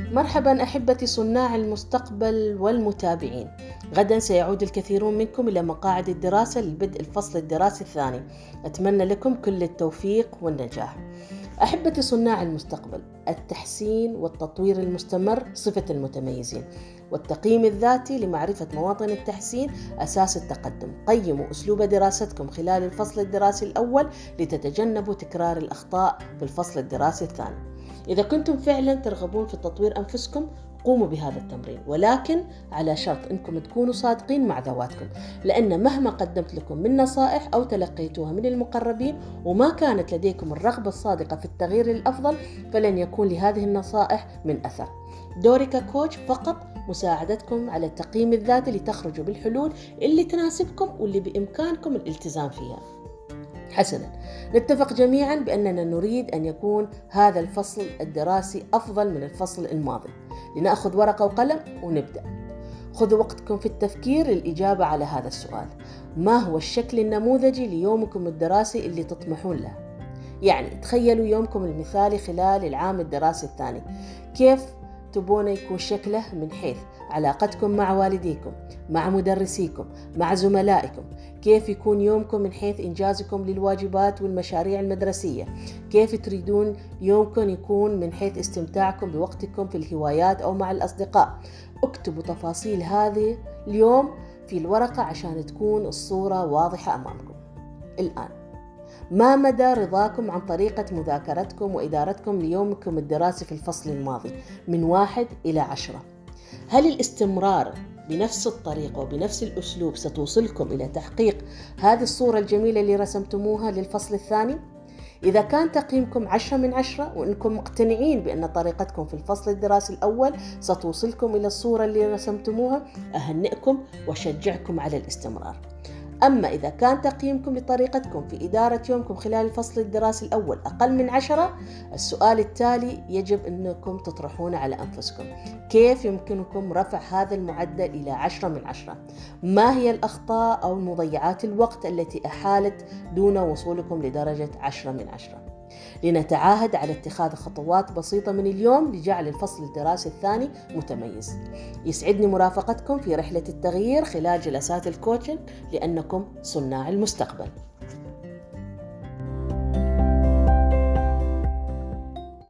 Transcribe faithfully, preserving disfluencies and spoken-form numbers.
مرحبا أحبتي صناع المستقبل والمتابعين. غدا سيعود الكثيرون منكم إلى مقاعد الدراسة لبدء الفصل الدراسي الثاني. أتمنى لكم كل التوفيق والنجاح. أحبتي صناع المستقبل، التحسين والتطوير المستمر صفة المتميزين، والتقييم الذاتي لمعرفة مواطن التحسين أساس التقدم. قيموا أسلوب دراستكم خلال الفصل الدراسي الأول لتتجنبوا تكرار الأخطاء في الفصل الدراسي الثاني. إذا كنتم فعلا ترغبون في تطوير أنفسكم قوموا بهذا التمرين، ولكن على شرط أنكم تكونوا صادقين مع ذواتكم، لأن مهما قدمت لكم من نصائح أو تلقيتوها من المقربين وما كانت لديكم الرغبة الصادقة في التغيير للأفضل فلن يكون لهذه النصائح من أثر. دوري ككوتش فقط مساعدتكم على التقييم الذاتي لتخرجوا بالحلول اللي تناسبكم واللي بإمكانكم الالتزام فيها. حسنا، نتفق جميعا بأننا نريد أن يكون هذا الفصل الدراسي أفضل من الفصل الماضي. لنأخذ ورقة وقلم ونبدأ. خذوا وقتكم في التفكير للإجابة على هذا السؤال: ما هو الشكل النموذجي ليومكم الدراسي اللي تطمحون له؟ يعني تخيلوا يومكم المثالي خلال العام الدراسي الثاني، كيف تبون يكون شكله من حيث علاقتكم مع والديكم، مع مدرسيكم، مع زملائكم؟ كيف يكون يومكم من حيث إنجازكم للواجبات والمشاريع المدرسية؟ كيف تريدون يومكم يكون من حيث استمتاعكم بوقتكم في الهوايات أو مع الأصدقاء؟ اكتبوا تفاصيل هذه اليوم في الورقة عشان تكون الصورة واضحة أمامكم. الآن، ما مدى رضاكم عن طريقة مذاكرتكم وإدارتكم ليومكم الدراسي في الفصل الماضي من واحد إلى عشرة؟ هل الاستمرار بنفس الطريقة وبنفس الأسلوب ستوصلكم إلى تحقيق هذه الصورة الجميلة اللي رسمتموها للفصل الثاني؟ إذا كان تقييمكم عشرة من عشرة وإنكم مقتنعين بأن طريقتكم في الفصل الدراسي الأول ستوصلكم إلى الصورة اللي رسمتموها، أهنئكم وشجعكم على الاستمرار. أما إذا كان تقييمكم لطريقتكم في إدارة يومكم خلال الفصل الدراسي الأول أقل من عشرة، السؤال التالي يجب أنكم تطرحونه على أنفسكم: كيف يمكنكم رفع هذا المعدل إلى عشرة من عشرة؟ ما هي الأخطاء أو مضيعات الوقت التي أحالت دون وصولكم لدرجة عشرة من عشرة؟ لنتعاهد على اتخاذ خطوات بسيطة من اليوم لجعل الفصل الدراسي الثاني متميز. يسعدني مرافقتكم في رحلة التغيير خلال جلسات الكوتشنج، لأنكم صناع المستقبل.